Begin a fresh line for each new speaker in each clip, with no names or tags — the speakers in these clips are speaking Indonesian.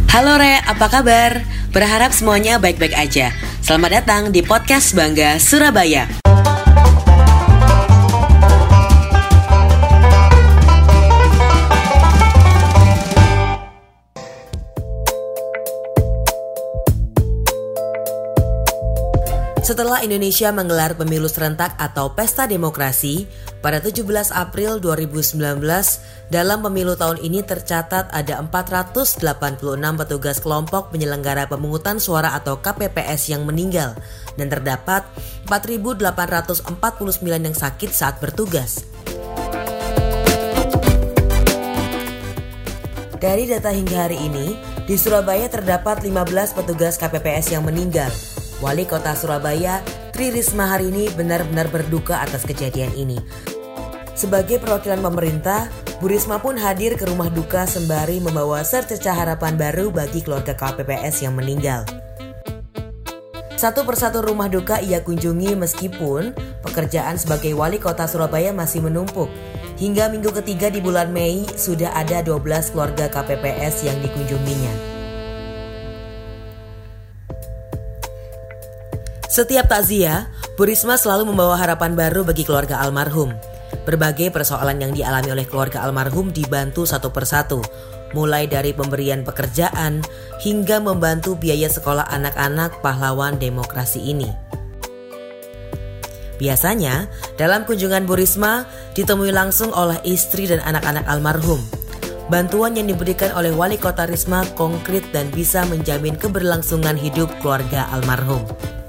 Halo Re, apa kabar? Berharap semuanya baik-baik aja. Selamat datang di Podcast Bangga Surabaya. Setelah Indonesia menggelar pemilu serentak atau pesta demokrasi pada 17 April 2019, dalam pemilu tahun ini tercatat ada 486 petugas kelompok penyelenggara pemungutan suara atau KPPS yang meninggal dan terdapat 4.849 yang sakit saat bertugas. Dari data hingga hari ini, di Surabaya terdapat 15 petugas KPPS yang meninggal. Wali Kota Surabaya, Tri Risma hari ini benar-benar berduka atas kejadian ini. Sebagai perwakilan pemerintah, Bu Risma pun hadir ke rumah duka sembari membawa secercah harapan baru bagi keluarga KPPS yang meninggal. Satu persatu rumah duka ia kunjungi meskipun pekerjaan sebagai Wali Kota Surabaya masih menumpuk. Hingga minggu ketiga di bulan Mei, sudah ada 12 keluarga KPPS yang dikunjunginya. Setiap takziah, Bu Risma selalu membawa harapan baru bagi keluarga almarhum. Berbagai persoalan yang dialami oleh keluarga almarhum dibantu satu persatu, mulai dari pemberian pekerjaan hingga membantu biaya sekolah anak-anak pahlawan demokrasi ini. Biasanya, dalam kunjungan Bu Risma ditemui langsung oleh istri dan anak-anak almarhum. Bantuan yang diberikan oleh Wali Kota Risma konkret dan bisa menjamin keberlangsungan hidup keluarga almarhum.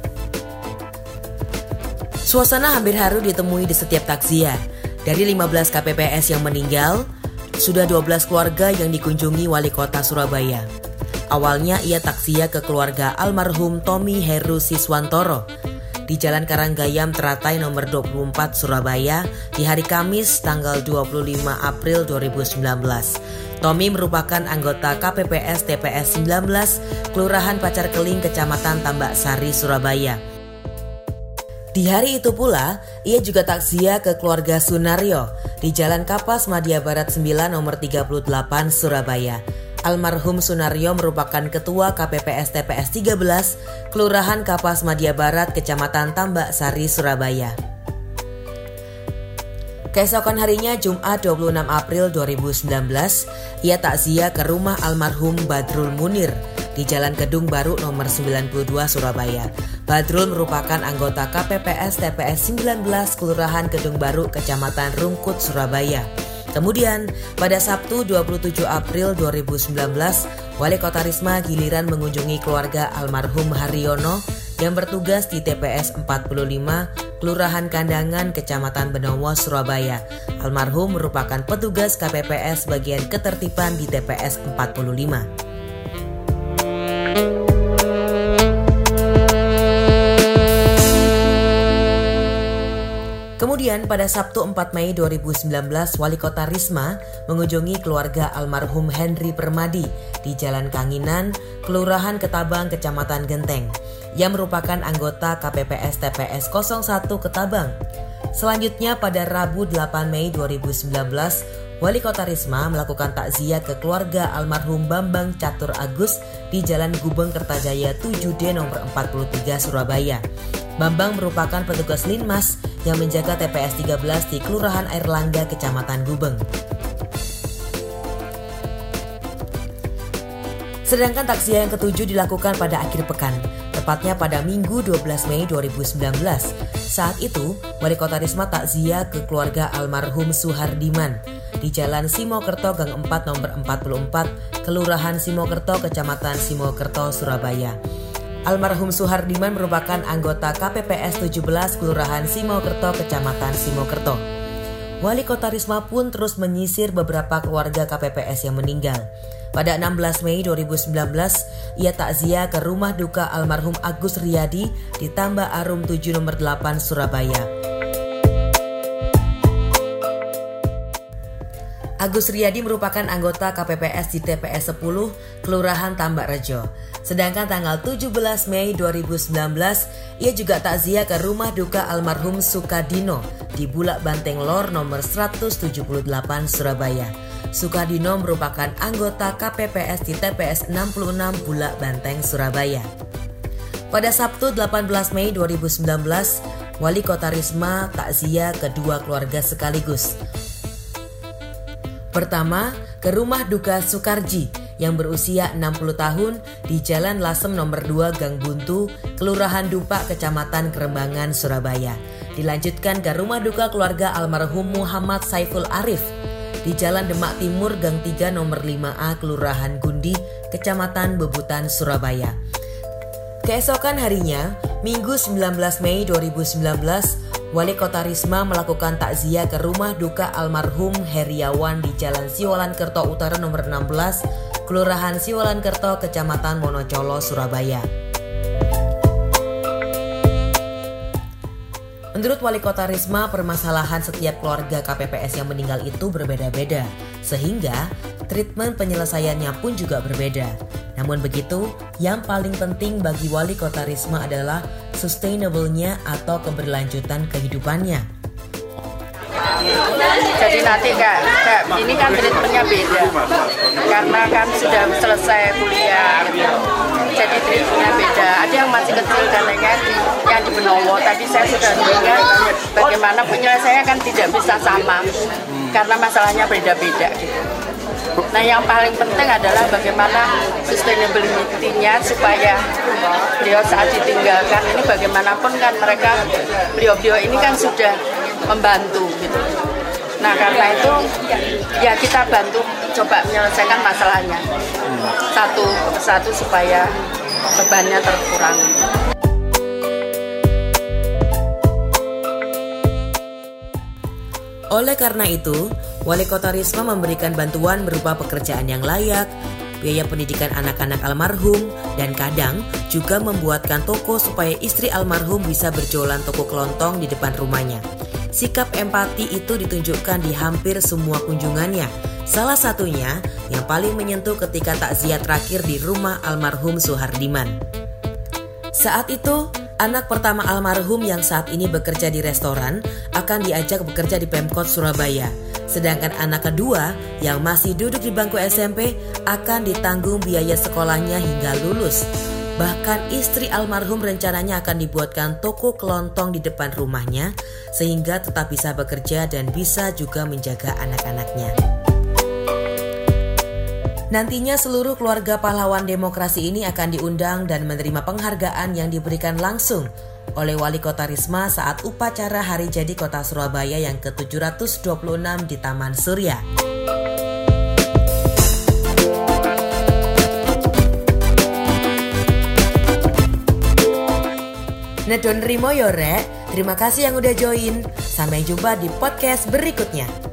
Suasana hampir haru ditemui di setiap takziah. Dari 15 KPPS yang meninggal, sudah 12 keluarga yang dikunjungi Wali Kota Surabaya. Awalnya ia takziah ke keluarga almarhum Tommy Heru Siswantoro di Jalan Karanggayam Teratai nomor 24 Surabaya di hari Kamis tanggal 25 April 2019. Tommy merupakan anggota KPPS TPS 19 Kelurahan Pacar Keling, Kecamatan Tambak Sari, Surabaya. Di hari itu pula, ia juga takziah ke keluarga Sunaryo di Jalan Kapas Madya Barat 9 nomor 38 Surabaya. Almarhum Sunaryo merupakan ketua KPPS TPS 13 Kelurahan Kapas Madya Barat, Kecamatan Tambak Sari, Surabaya. Keesokan harinya Jumat 26 April 2019, ia takziah ke rumah almarhum Badrul Munir di Jalan Kedung Baru nomor 92 Surabaya. Badrul merupakan anggota KPPS TPS 19 Kelurahan Kedung Baru, Kecamatan Rungkut, Surabaya. Kemudian, pada Sabtu 27 April 2019, Wali Kota Risma giliran mengunjungi keluarga almarhum Haryono yang bertugas di TPS 45 Kelurahan Kandangan, Kecamatan Benowo, Surabaya. Almarhum merupakan petugas KPPS bagian ketertiban di TPS 45. Kemudian pada Sabtu 4 Mei 2019, Wali Kota Risma mengunjungi keluarga almarhum Henry Permadi di Jalan Kanginan, Kelurahan Ketabang, Kecamatan Genteng, yang merupakan anggota KPPS TPS 01 Ketabang. Selanjutnya pada Rabu 8 Mei 2019, Wali Kota Risma melakukan takziah ke keluarga almarhum Bambang Catur Agus di Jalan Gubeng Kertajaya 7D nomor 43 Surabaya. Bambang merupakan petugas Linmas yang menjaga TPS 13 di Kelurahan Airlangga, Kecamatan Gubeng. Sedangkan takziah yang ketujuh dilakukan pada akhir pekan, tepatnya pada Minggu 12 Mei 2019. Saat itu, Wali Kota Risma takziah ke keluarga almarhum Suhardiman di Jalan Simokerto Gang 4 nomor 44, Kelurahan Simokerto, Kecamatan Simokerto, Surabaya. Almarhum Suhardiman merupakan anggota KPPS 17 Kelurahan Simokerto, Kecamatan Simokerto. Wali Kota Risma pun terus menyisir beberapa keluarga KPPS yang meninggal. Pada 16 Mei 2019, ia takziah ke rumah duka almarhum Agus Riyadi di Tambak Arum 7 nomor 8 Surabaya. Agus Riyadi merupakan anggota KPPS di TPS 10 Kelurahan Tambak Rejo. Sedangkan tanggal 17 Mei 2019, ia juga takziah ke rumah duka almarhum Sukadino di Bulak Banteng Lor nomor 178 Surabaya. Sukardino merupakan anggota KPPS di TPS 66 Bulak Banteng, Surabaya. Pada Sabtu 18 Mei 2019, Wali Kota Risma takziah kedua keluarga sekaligus. Pertama, ke rumah duka Sukarji yang berusia 60 tahun di Jalan Lasem nomor 2 Gang Buntu, Kelurahan Dupak, Kecamatan Kerembangan, Surabaya. Dilanjutkan ke rumah duka keluarga almarhum Muhammad Saiful Arif di Jalan Demak Timur Gang 3 nomor 5A, Kelurahan Gundi, Kecamatan Bebutan, Surabaya. Keesokan harinya, Minggu 19 Mei 2019, Wali Kota Risma melakukan takziah ke rumah duka almarhum Heriawan di Jalan Siwalan-Kerto Utara nomor 16, Kelurahan Siwalan-Kerto, Kecamatan Monocolo, Surabaya. Menurut Wali Kota Risma, permasalahan setiap keluarga KPPS yang meninggal itu berbeda-beda, sehingga treatment penyelesaiannya pun juga berbeda. Namun begitu, yang paling penting bagi Wali Kota Risma adalah sustainable-nya atau keberlanjutan kehidupannya.
Jadi nanti kak, ini kan treatmentnya beda, karena kan sudah selesai kuliah, jadi treatmentnya beda. Ada yang masih kecil dan yang di Benowo. Tadi saya sudah dengar bagaimana penyelesaiannya kan tidak bisa sama, karena masalahnya beda-beda gitu. Nah, yang paling penting adalah bagaimana sustainability-nya supaya beliau saat ditinggalkan ini bagaimanapun kan beliau ini kan sudah membantu gitu. Nah, karena itu ya kita bantu coba menyelesaikan masalahnya satu persatu supaya bebannya terkurangi.
Oleh karena itu, Wali Kota Risma memberikan bantuan berupa pekerjaan yang layak, biaya pendidikan anak-anak almarhum, dan kadang juga membuatkan toko supaya istri almarhum bisa berjualan toko kelontong di depan rumahnya. Sikap empati itu ditunjukkan di hampir semua kunjungannya. Salah satunya yang paling menyentuh ketika takziah terakhir di rumah almarhum Suhardiman. Saat itu, anak pertama almarhum yang saat ini bekerja di restoran akan diajak bekerja di Pemkot Surabaya. Sedangkan anak kedua yang masih duduk di bangku SMP akan ditanggung biaya sekolahnya hingga lulus. Bahkan istri almarhum rencananya akan dibuatkan toko kelontong di depan rumahnya sehingga tetap bisa bekerja dan bisa juga menjaga anak-anaknya. Nantinya seluruh keluarga pahlawan demokrasi ini akan diundang dan menerima penghargaan yang diberikan langsung oleh Wali Kota Risma saat upacara Hari Jadi Kota Surabaya yang ke-726 di Taman Surya. Nedon Rimo Yore, terima kasih yang udah join. Sampai jumpa di podcast berikutnya.